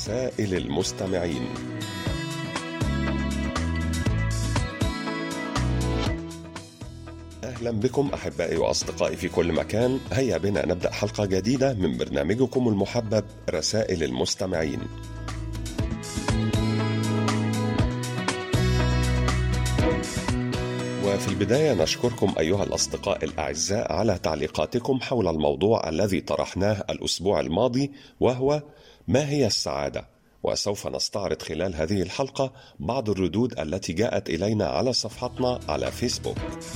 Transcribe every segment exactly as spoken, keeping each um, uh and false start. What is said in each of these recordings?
رسائل المستمعين. أهلا بكم أحبائي وأصدقائي في كل مكان. هيا بنا نبدأ حلقة جديدة من برنامجكم المحبب رسائل المستمعين. وفي البداية نشكركم أيها الأصدقاء الأعزاء على تعليقاتكم حول الموضوع الذي طرحناه الأسبوع الماضي، وهو ما هي السعادة؟ وسوف نستعرض خلال هذه الحلقة بعض الردود التي جاءت إلينا على صفحتنا على فيسبوك.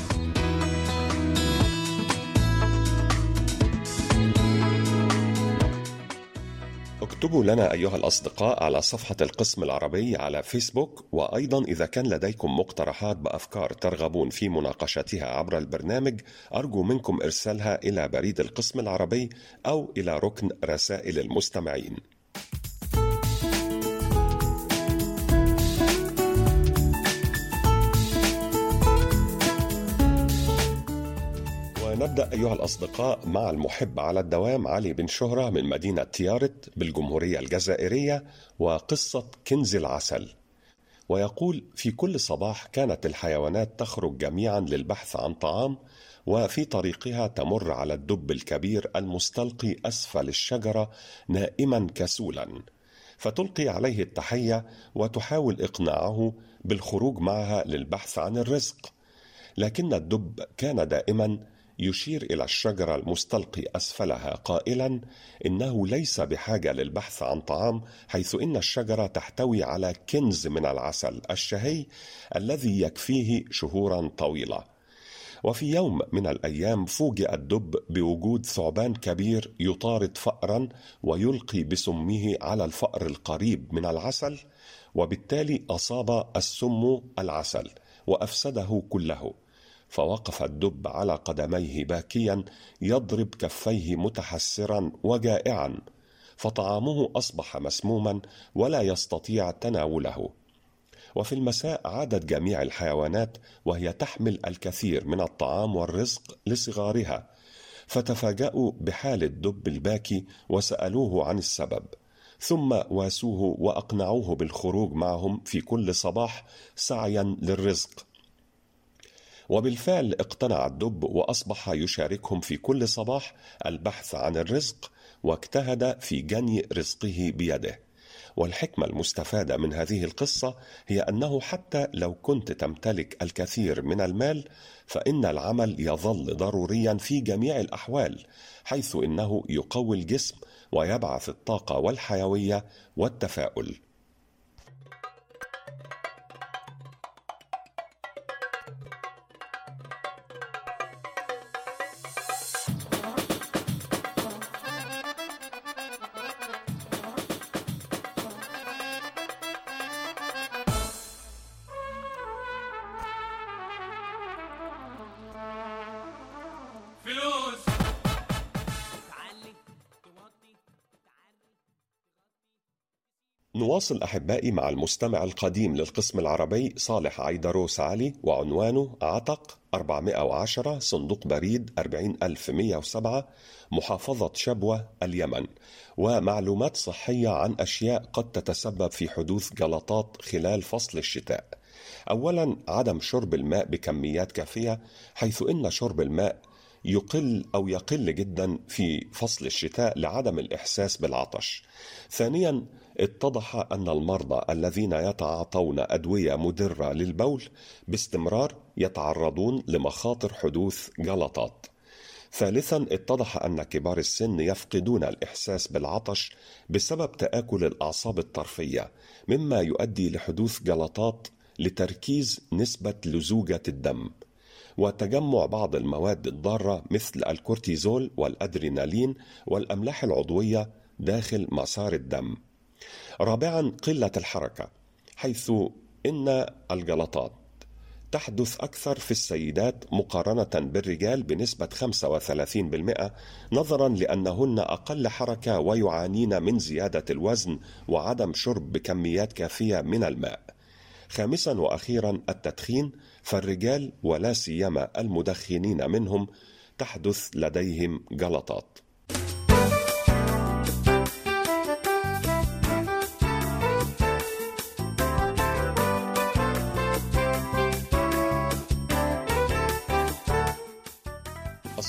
اكتبوا لنا أيها الأصدقاء على صفحة القسم العربي على فيسبوك، وأيضا إذا كان لديكم مقترحات بأفكار ترغبون في مناقشتها عبر البرنامج، أرجو منكم إرسالها إلى بريد القسم العربي أو إلى ركن رسائل المستمعين. نبدأ أيها الأصدقاء مع المحب على الدوام علي بن شهرة من مدينة تيارت بالجمهورية الجزائرية، وقصة كنز العسل. ويقول: في كل صباح كانت الحيوانات تخرج جميعا للبحث عن طعام، وفي طريقها تمر على الدب الكبير المستلقي أسفل الشجرة نائما كسولا، فتلقي عليه التحية وتحاول إقناعه بالخروج معها للبحث عن الرزق. لكن الدب كان دائما يشير إلى الشجرة المستلقي أسفلها قائلا إنه ليس بحاجة للبحث عن طعام، حيث إن الشجرة تحتوي على كنز من العسل الشهي الذي يكفيه شهورا طويلة. وفي يوم من الأيام فوجئ الدب بوجود ثعبان كبير يطارد فأرا ويلقي بسمه على الفأر القريب من العسل، وبالتالي أصاب السم العسل وأفسده كله. فوقف الدب على قدميه باكيا يضرب كفيه متحسرا وجائعا، فطعامه أصبح مسموما ولا يستطيع تناوله. وفي المساء عادت جميع الحيوانات وهي تحمل الكثير من الطعام والرزق لصغارها، فتفاجأوا بحال الدب الباكي وسألوه عن السبب، ثم واسوه وأقنعوه بالخروج معهم في كل صباح سعيا للرزق. وبالفعل اقتنع الدب وأصبح يشاركهم في كل صباح البحث عن الرزق، واجتهد في جني رزقه بيده. والحكمة المستفادة من هذه القصة هي أنه حتى لو كنت تمتلك الكثير من المال، فإن العمل يظل ضروريا في جميع الأحوال، حيث إنه يقوي الجسم ويبعث الطاقة والحيوية والتفاؤل. نواصل أحبائي مع المستمع القديم للقسم العربي صالح عيدروس علي، وعنوانه عتق أربعمائة وعشرة صندوق بريد أربعين ألف ومئة وسبعة محافظة شبوة اليمن، ومعلومات صحية عن أشياء قد تتسبب في حدوث جلطات خلال فصل الشتاء. أولا، عدم شرب الماء بكميات كافية، حيث إن شرب الماء يقل أو يقل جدا في فصل الشتاء لعدم الإحساس بالعطش. ثانيا، اتضح أن المرضى الذين يتعاطون أدوية مضرة للبول باستمرار يتعرضون لمخاطر حدوث جلطات. ثالثا، اتضح أن كبار السن يفقدون الإحساس بالعطش بسبب تآكل الأعصاب الطرفية، مما يؤدي لحدوث جلطات لتركيز نسبة لزوجة الدم وتجمع بعض المواد الضارة مثل الكورتيزول والأدرينالين والأملاح العضوية داخل مسار الدم. رابعا، قلة الحركة، حيث إن الجلطات تحدث أكثر في السيدات مقارنة بالرجال بنسبة خمسة وثلاثين بالمئة، نظرا لأنهن أقل حركة ويعانين من زيادة الوزن وعدم شرب بكميات كافية من الماء. خامسا وأخيرا، التدخين، فالرجال ولا سيما المدخنين منهم تحدث لديهم جلطات.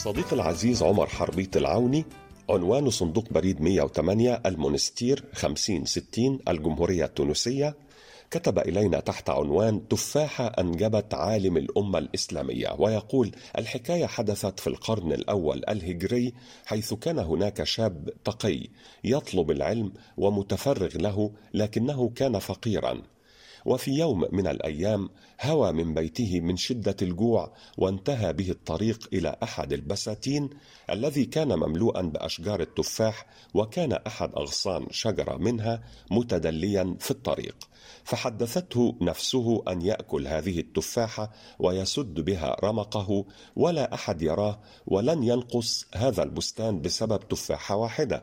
الصديق العزيز عمر حربيط العوني، عنوان صندوق بريد مئة وثمانية المونستير خمسين ستين الجمهورية التونسية، كتب إلينا تحت عنوان تفاحة أنجبت عالم الأمة الإسلامية، ويقول: الحكاية حدثت في القرن الأول الهجري، حيث كان هناك شاب تقي يطلب العلم ومتفرغ له، لكنه كان فقيرا. وفي يوم من الأيام هوى من بيته من شدة الجوع، وانتهى به الطريق إلى أحد البساتين الذي كان مملوءا بأشجار التفاح، وكان أحد أغصان شجرة منها متدليا في الطريق، فحدثته نفسه أن يأكل هذه التفاحة ويسد بها رمقه، ولا أحد يراه، ولن ينقص هذا البستان بسبب تفاحة واحدة.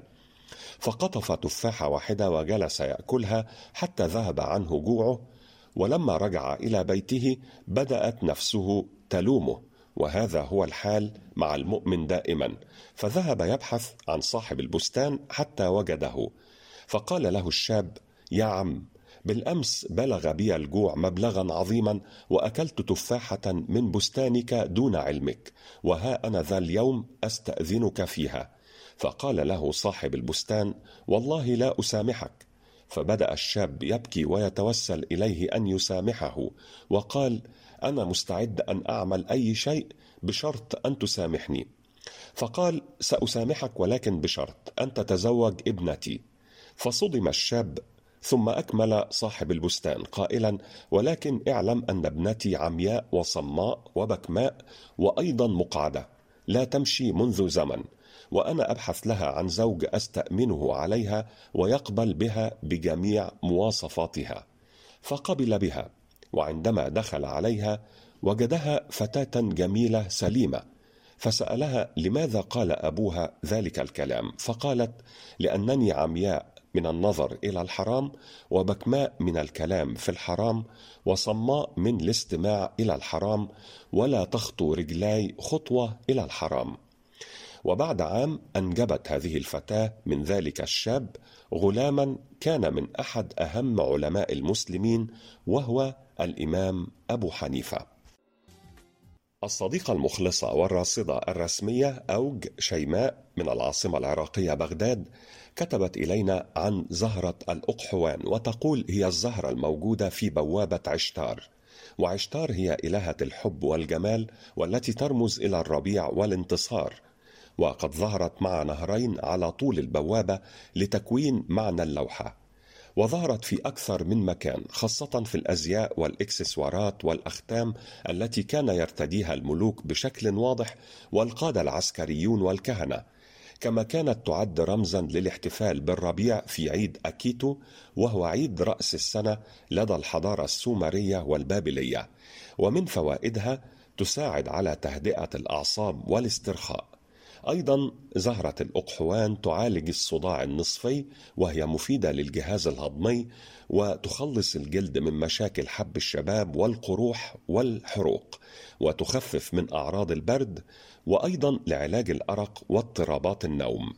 فقطف تفاحة واحدة وجلس يأكلها حتى ذهب عنه جوعه، ولما رجع إلى بيته بدأت نفسه تلومه، وهذا هو الحال مع المؤمن دائما. فذهب يبحث عن صاحب البستان حتى وجده، فقال له الشاب: يا عم، بالأمس بلغ بي الجوع مبلغا عظيما، وأكلت تفاحة من بستانك دون علمك، وها أنا ذا اليوم أستأذنك فيها. فقال له صاحب البستان: والله لا أسامحك. فبدأ الشاب يبكي ويتوسل إليه أن يسامحه، وقال: أنا مستعد أن أعمل أي شيء بشرط أن تسامحني. فقال: سأسامحك، ولكن بشرط أن تتزوج ابنتي. فصدم الشاب، ثم أكمل صاحب البستان قائلا: ولكن اعلم أن ابنتي عمياء وصماء وبكماء، وأيضا مقعدة لا تمشي منذ زمن، وأنا أبحث لها عن زوج أستأمنه عليها ويقبل بها بجميع مواصفاتها. فقبل بها، وعندما دخل عليها وجدها فتاة جميلة سليمة، فسألها لماذا قال أبوها ذلك الكلام، فقالت: لأنني عمياء من النظر إلى الحرام، وبكماء من الكلام في الحرام، وصماء من الاستماع إلى الحرام، ولا تخطو رجلاي خطوة إلى الحرام. وبعد عام أنجبت هذه الفتاة من ذلك الشاب غلاما كان من أحد أهم علماء المسلمين، وهو الإمام أبو حنيفة. الصديقة المخلصة والراصدة الرسمية أوج شيماء من العاصمة العراقية بغداد كتبت إلينا عن زهرة الأقحوان، وتقول: هي الزهرة الموجودة في بوابة عشتار، وعشتار هي إلهة الحب والجمال، والتي ترمز إلى الربيع والانتصار، وقد ظهرت مع نهرين على طول البوابة لتكوين معنى اللوحة، وظهرت في أكثر من مكان، خاصة في الأزياء والإكسسوارات والأختام التي كان يرتديها الملوك بشكل واضح، والقادة العسكريون والكهنة، كما كانت تعد رمزا للاحتفال بالربيع في عيد أكيتو، وهو عيد رأس السنة لدى الحضارة السومرية والبابلية. ومن فوائدها تساعد على تهدئة الأعصاب والاسترخاء. أيضا زهرة الأقحوان تعالج الصداع النصفي، وهي مفيدة للجهاز الهضمي، وتخلص الجلد من مشاكل حب الشباب والقروح والحروق، وتخفف من أعراض البرد، وأيضا لعلاج الأرق واضطرابات النوم.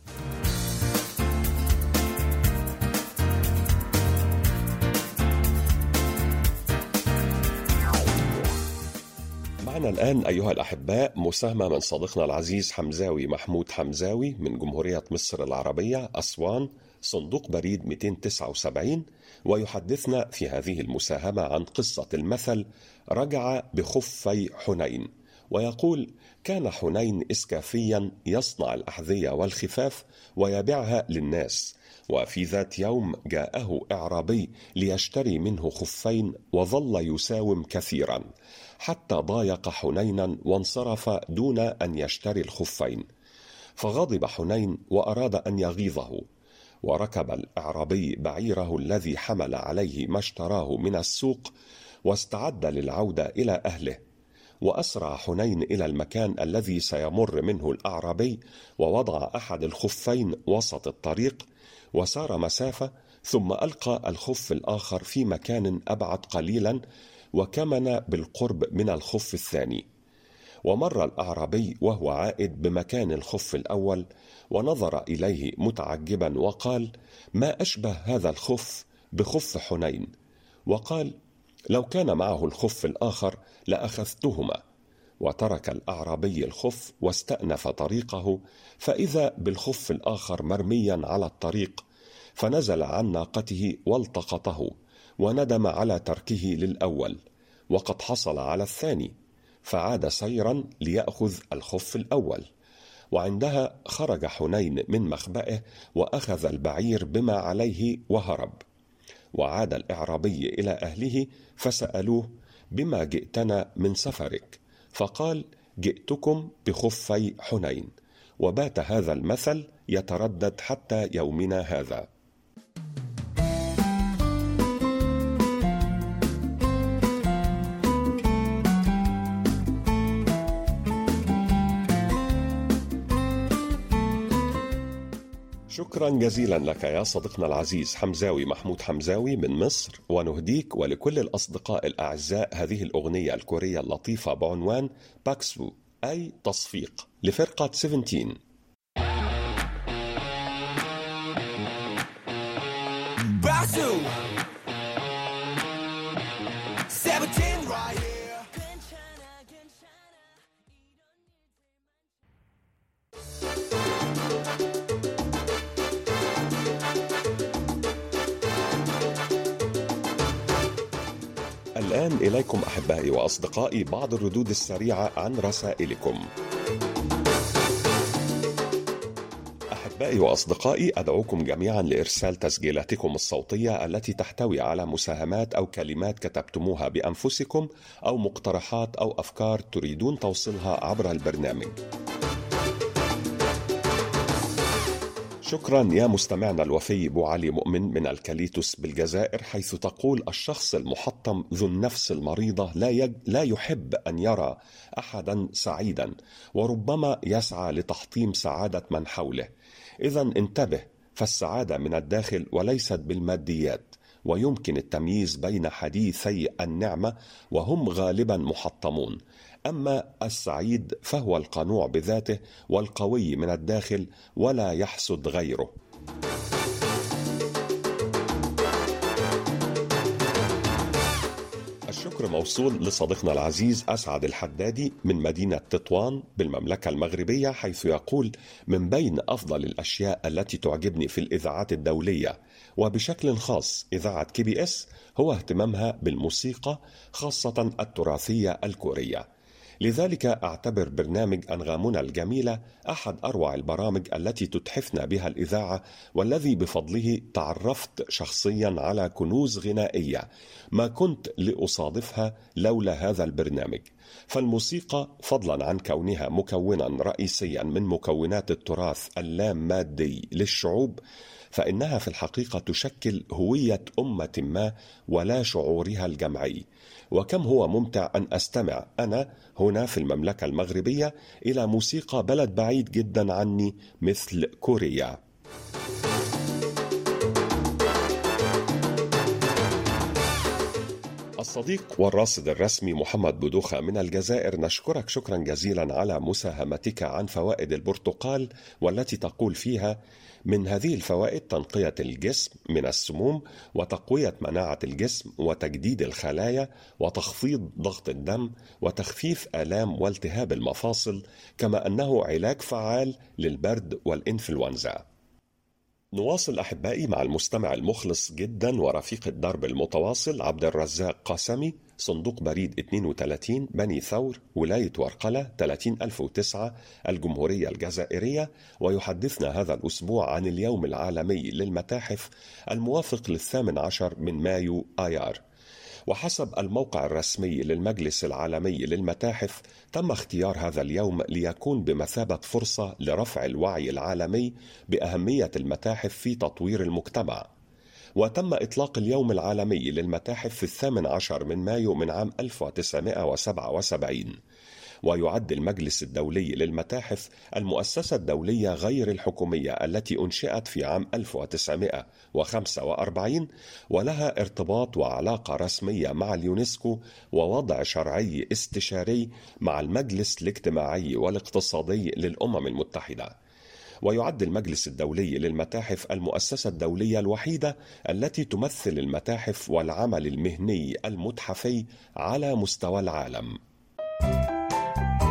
معنا الآن أيها الأحباء مساهمة من صديقنا العزيز حمزاوي محمود حمزاوي من جمهورية مصر العربية أسوان، صندوق بريد مئتين وتسعة وسبعين، ويحدثنا في هذه المساهمة عن قصة المثل رجع بخفي حنين، ويقول: كان حنين إسكافيا يصنع الأحذية والخفاف ويبيعها للناس، وفي ذات يوم جاءه إعرابي ليشتري منه خفين، وظل يساوم كثيرا حتى ضايق حنينا وانصرف دون أن يشتري الخفين. فغضب حنين وأراد أن يغيظه، وركب الإعرابي بعيره الذي حمل عليه ما اشتراه من السوق، واستعد للعودة إلى أهله. وأسرع حنين إلى المكان الذي سيمر منه الأعرابي، ووضع أحد الخفين وسط الطريق، وسار مسافة، ثم ألقى الخف الآخر في مكان أبعد قليلا، وكمن بالقرب من الخف الثاني. ومر الأعرابي وهو عائد بمكان الخف الأول، ونظر إليه متعجبا وقال: ما أشبه هذا الخف بخف حنين. وقال: لو كان معه الخف الآخر لأخذتهما. وترك الأعرابي الخف واستأنف طريقه، فإذا بالخف الآخر مرميا على الطريق، فنزل عن ناقته والتقطه، وندم على تركه للأول، وقد حصل على الثاني، فعاد سيرا ليأخذ الخف الأول. وعندها خرج حنين من مخبئه وأخذ البعير بما عليه وهرب. وعاد الإعرابي إلى أهله فسألوه: بما جئتنا من سفرك؟ فقال: جئتكم بخفي حنين. وبات هذا المثل يتردد حتى يومنا هذا. شكرا جزيلا لك يا صديقنا العزيز حمزاوي محمود حمزاوي من مصر، ونهديك ولكل الأصدقاء الأعزاء هذه الأغنية الكورية اللطيفة بعنوان باكسو، أي تصفيق، لفرقة سفنتين. باكسو الآن إليكم أحبائي وأصدقائي بعض الردود السريعة عن رسائلكم. أحبائي وأصدقائي، أدعوكم جميعا لإرسال تسجيلاتكم الصوتية التي تحتوي على مساهمات أو كلمات كتبتموها بأنفسكم، أو مقترحات أو أفكار تريدون توصيلها عبر البرنامج. شكرا يا مستمعنا الوفي بو علي مؤمن من الكاليتوس بالجزائر، حيث تقول: الشخص المحطم ذو النفس المريضة لا, يج... لا يحب أن يرى أحدا سعيدا، وربما يسعى لتحطيم سعادة من حوله. إذن انتبه، فالسعادة من الداخل وليست بالماديات، ويمكن التمييز بين حديثي النعمة وهم غالبا محطمون. أما السعيد فهو القنوع بذاته والقوي من الداخل ولا يحسد غيره. الشكر موصول لصديقنا العزيز أسعد الحدادي من مدينة تطوان بالمملكة المغربية، حيث يقول: من بين أفضل الأشياء التي تعجبني في الإذاعات الدولية وبشكل خاص إذاعة كي بي إس هو اهتمامها بالموسيقى، خاصة التراثية الكورية. لذلك أعتبر برنامج أنغامنا الجميلة أحد أروع البرامج التي تتحفنا بها الإذاعة، والذي بفضله تعرفت شخصيا على كنوز غنائية ما كنت لأصادفها لولا هذا البرنامج. فالموسيقى فضلا عن كونها مكونا رئيسيا من مكونات التراث اللامادي للشعوب، فإنها في الحقيقة تشكل هوية أمة ما ولا شعورها الجمعي. وكم هو ممتع أن أستمع أنا هنا في المملكة المغربية إلى موسيقى بلد بعيد جدا عني مثل كوريا. الصديق والراصد الرسمي محمد بودوخة من الجزائر، نشكرك شكرا جزيلا على مساهمتك عن فوائد البرتقال، والتي تقول فيها: من هذه الفوائد تنقية الجسم من السموم، وتقوية مناعة الجسم، وتجديد الخلايا، وتخفيض ضغط الدم، وتخفيف آلام والتهاب المفاصل، كما أنه علاج فعال للبرد والإنفلونزا. نواصل أحبائي مع المستمع المخلص جدا ورفيق الدرب المتواصل عبد الرزاق قاسمي، صندوق بريد اثنين وثلاثين بني ثور، ولاية ورقلة ثلاثين ألف وتسعة، الجمهورية الجزائرية، ويحدثنا هذا الأسبوع عن اليوم العالمي للمتاحف الموافق للثامن عشر من مايو آيار. وحسب الموقع الرسمي للمجلس العالمي للمتاحف، تم اختيار هذا اليوم ليكون بمثابة فرصة لرفع الوعي العالمي بأهمية المتاحف في تطوير المجتمع. وتم إطلاق اليوم العالمي للمتاحف في الثامن عشر من مايو من عام ألف وتسعمائة وسبعة وسبعين. ويعد المجلس الدولي للمتاحف المؤسسة الدولية غير الحكومية التي أنشئت في عام ألف وتسعمائة وخمسة وأربعين، ولها ارتباط وعلاقة رسمية مع اليونسكو، ووضع شرعي استشاري مع المجلس الاجتماعي والاقتصادي للأمم المتحدة. ويعد المجلس الدولي للمتاحف المؤسسة الدولية الوحيدة التي تمثل المتاحف والعمل المهني المتحفي على مستوى العالم.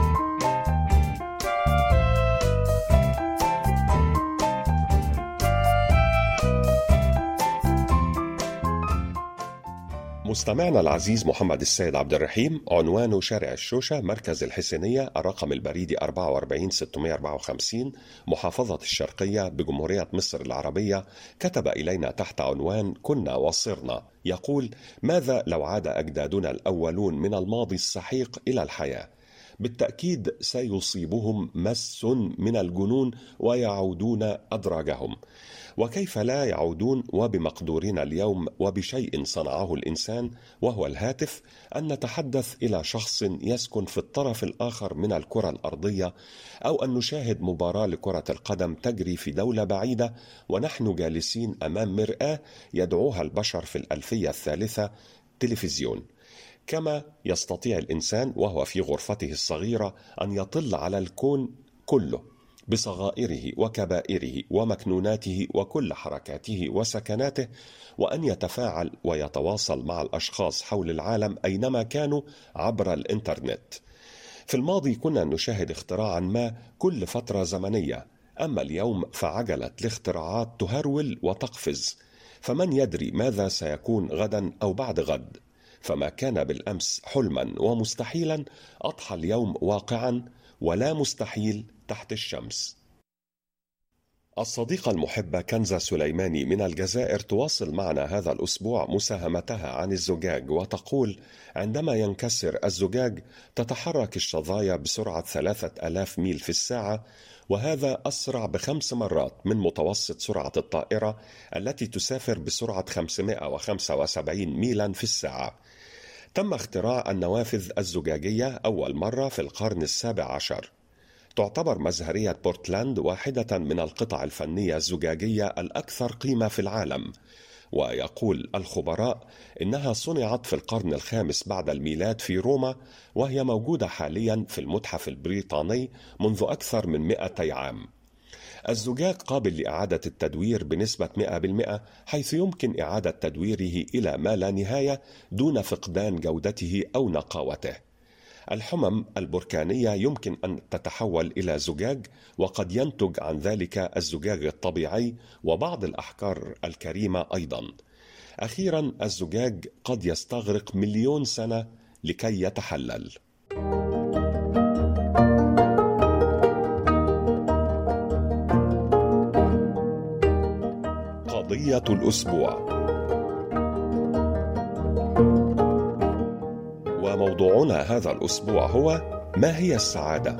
مستمعنا العزيز محمد السيد عبد الرحيم، عنوانه شارع الشوشة، مركز الحسينية، الرقم البريدي أربعة وأربعين ستمائة وأربعة وخمسين، محافظة الشرقية بجمهورية مصر العربية، كتب إلينا تحت عنوان كنا وصرنا، يقول: ماذا لو عاد أجدادنا الأولون من الماضي السحيق إلى الحياة؟ بالتأكيد سيصيبهم مس من الجنون ويعودون أدراجهم. وكيف لا يعودون وبمقدورنا اليوم وبشيء صنعه الإنسان وهو الهاتف أن نتحدث إلى شخص يسكن في الطرف الآخر من الكرة الأرضية، أو أن نشاهد مباراة لكرة القدم تجري في دولة بعيدة ونحن جالسين أمام مرآة يدعوها البشر في الألفية الثالثة تلفزيون. كما يستطيع الإنسان وهو في غرفته الصغيرة أن يطل على الكون كله بصغائره وكبائره ومكنوناته وكل حركاته وسكناته، وأن يتفاعل ويتواصل مع الأشخاص حول العالم أينما كانوا عبر الإنترنت. في الماضي كنا نشاهد اختراعا ما كل فترة زمنية، أما اليوم فعجلة الاختراعات تهرول وتقفز، فمن يدري ماذا سيكون غدا أو بعد غد. فما كان بالأمس حلما ومستحيلا أضحى اليوم واقعا، ولا مستحيل تحت الشمس. الصديقة المحبة كنزة سليماني من الجزائر تواصل معنا هذا الأسبوع مساهمتها عن الزجاج، وتقول: عندما ينكسر الزجاج تتحرك الشظايا بسرعة ثلاثة آلاف ميل في الساعة، وهذا أسرع بخمس مرات من متوسط سرعة الطائرة التي تسافر بسرعة خمسمائة وخمسة وسبعين ميلا في الساعة. تم اختراع النوافذ الزجاجية أول مرة في القرن السابع عشر. تعتبر مزهرية بورتلاند واحدة من القطع الفنية الزجاجية الأكثر قيمة في العالم، ويقول الخبراء إنها صنعت في القرن الخامس بعد الميلاد في روما، وهي موجودة حاليا في المتحف البريطاني منذ أكثر من مئتي عام. الزجاج قابل لإعادة التدوير بنسبة مئة بالمئة، حيث يمكن إعادة تدويره إلى ما لا نهاية دون فقدان جودته أو نقاوته. الحمم البركانية يمكن أن تتحول إلى زجاج، وقد ينتج عن ذلك الزجاج الطبيعي وبعض الأحجار الكريمة أيضا. أخيرا، الزجاج قد يستغرق مليون سنة لكي يتحلل. قضية الأسبوع. وموضوعنا هذا الأسبوع هو: ما هي السعادة؟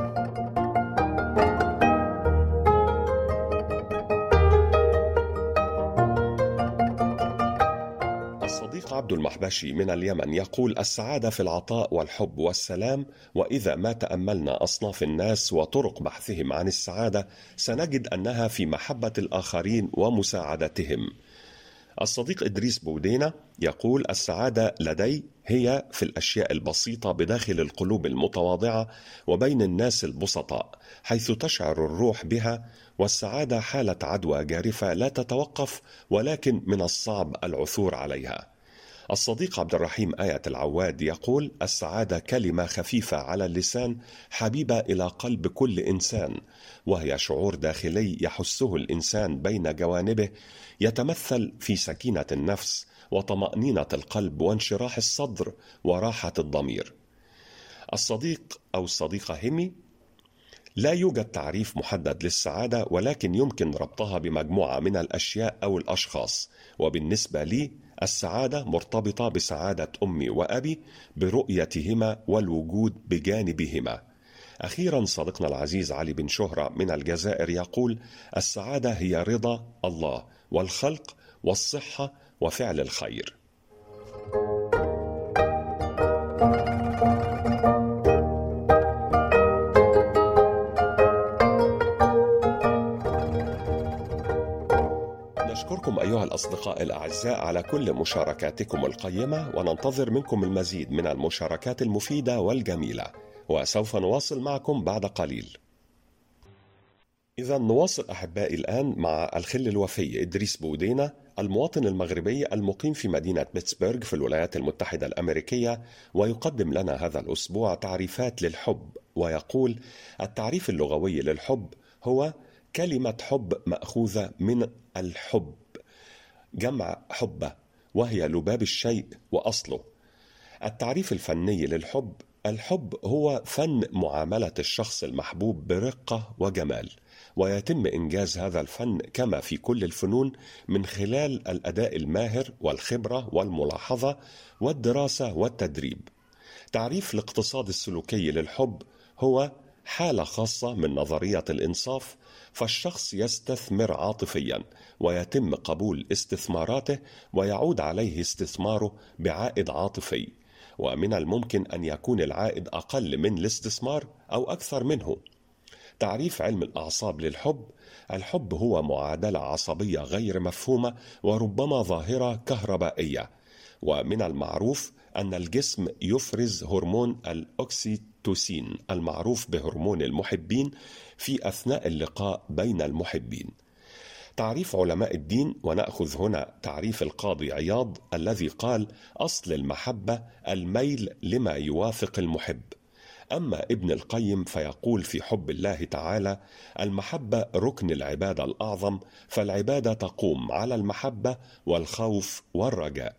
الصديق عبد المحبشي من اليمن يقول: السعادة في العطاء والحب والسلام، وإذا ما تأملنا أصناف الناس وطرق بحثهم عن السعادة سنجد أنها في محبة الآخرين ومساعدتهم. الصديق إدريس بودينة يقول: السعادة لدي هي في الأشياء البسيطة بداخل القلوب المتواضعة وبين الناس البسطاء، حيث تشعر الروح بها، والسعادة حالة عدوى جارفة لا تتوقف، ولكن من الصعب العثور عليها. الصديق عبد الرحيم آية العواد يقول: السعادة كلمة خفيفة على اللسان، حبيبة إلى قلب كل إنسان، وهي شعور داخلي يحسه الإنسان بين جوانبه، يتمثل في سكينة النفس وطمأنينة القلب وانشراح الصدر وراحة الضمير. الصديق أو الصديقة هيمي: لا يوجد تعريف محدد للسعادة، ولكن يمكن ربطها بمجموعة من الأشياء أو الأشخاص، وبالنسبة لي السعادة مرتبطة بسعادة أمي وأبي، برؤيتهما والوجود بجانبهما. أخيرا، صديقنا العزيز علي بن شهرة من الجزائر يقول: السعادة هي رضا الله والخلق والصحة وفعل الخير. نشكركم أيها الأصدقاء الأعزاء على كل مشاركاتكم القيمة، وننتظر منكم المزيد من المشاركات المفيدة والجميلة، وسوف نواصل معكم بعد قليل. إذا نواصل أحبائي الآن مع الخل الوفي إدريس بودينة، المواطن المغربي المقيم في مدينة بيتسبرغ في الولايات المتحدة الأمريكية، ويقدم لنا هذا الأسبوع تعريفات للحب، ويقول: التعريف اللغوي للحب هو كلمة حب مأخوذة من الحب، جمع حبة، وهي لباب الشيء وأصله. التعريف الفني للحب: الحب هو فن معاملة الشخص المحبوب برقة وجمال، ويتم إنجاز هذا الفن كما في كل الفنون من خلال الأداء الماهر والخبرة والملاحظة والدراسة والتدريب. تعريف الاقتصاد السلوكي للحب هو حالة خاصة من نظرية الإنصاف، فالشخص يستثمر عاطفيا ويتم قبول استثماراته ويعود عليه استثماره بعائد عاطفي، ومن الممكن أن يكون العائد أقل من الاستثمار أو أكثر منه. تعريف علم الأعصاب للحب: الحب هو معادلة عصبية غير مفهومة وربما ظاهرة كهربائية، ومن المعروف أن الجسم يفرز هرمون الأكسيتوسين المعروف بهرمون المحبين في أثناء اللقاء بين المحبين. تعريف علماء الدين، ونأخذ هنا تعريف القاضي عياض الذي قال: أصل المحبة الميل لما يوافق المحب. أما ابن القيم فيقول في حب الله تعالى: المحبة ركن العبادة الأعظم، فالعبادة تقوم على المحبة والخوف والرجاء.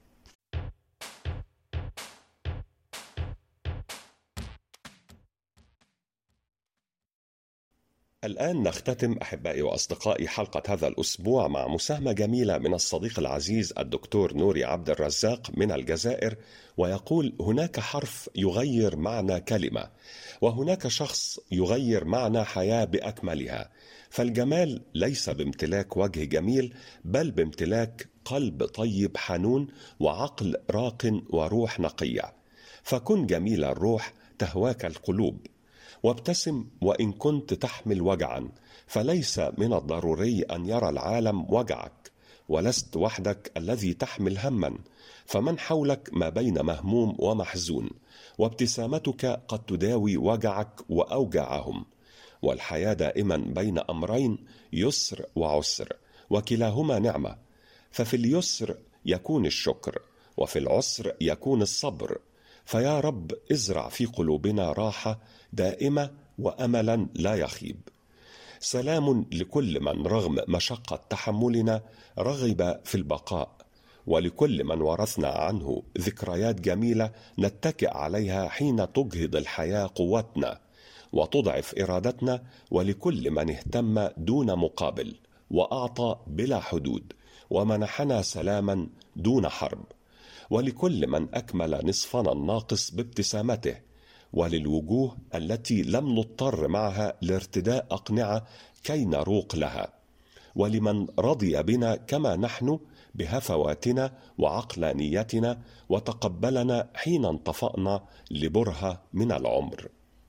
الآن نختتم أحبائي وأصدقائي حلقة هذا الأسبوع مع مساهمة جميلة من الصديق العزيز الدكتور نوري عبد الرزاق من الجزائر، ويقول: هناك حرف يغير معنى كلمة، وهناك شخص يغير معنى حياة بأكملها. فالجمال ليس بامتلاك وجه جميل، بل بامتلاك قلب طيب حنون وعقل راق وروح نقية. فكن جميل الروح تهواك القلوب، وابتسم وإن كنت تحمل وجعا، فليس من الضروري أن يرى العالم وجعك، ولست وحدك الذي تحمل هما، فمن حولك ما بين مهموم ومحزون، وابتسامتك قد تداوي وجعك وأوجاعهم. والحياة دائما بين أمرين: يسر وعسر، وكلاهما نعمة، ففي اليسر يكون الشكر، وفي العسر يكون الصبر. فيا رب ازرع في قلوبنا راحة دائمة وأملا لا يخيب. سلام لكل من رغم مشقة تحملنا رغب في البقاء، ولكل من ورثنا عنه ذكريات جميلة نتكئ عليها حين تجهض الحياة قوتنا وتضعف إرادتنا، ولكل من اهتم دون مقابل وأعطى بلا حدود ومنحنا سلاما دون حرب، ولكل من أكمل نصفنا الناقص بابتسامته، وللوجوه التي لم نضطر معها لارتداء أقنعة كي نروق لها، ولمن رضي بنا كما نحن بهفواتنا وعقلانيتنا وتقبلنا حين انطفأنا لبرهة من العمر.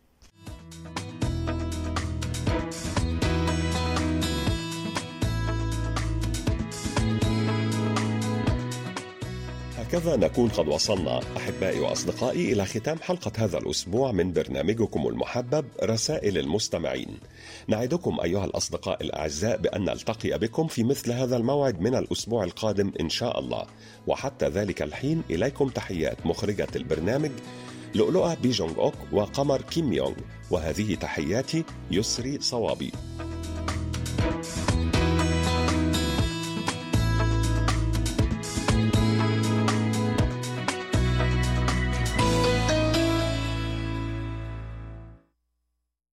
هكذا نكون قد وصلنا أحبائي وأصدقائي إلى ختام حلقة هذا الأسبوع من برنامجكم المحبب رسائل المستمعين. نعدكم أيها الأصدقاء الأعزاء بأن نلتقي بكم في مثل هذا الموعد من الأسبوع القادم إن شاء الله، وحتى ذلك الحين إليكم تحيات مخرجة البرنامج لؤلؤة بيجونغ أوك وقمر كيم يونغ، وهذه تحياتي يسري صوابي.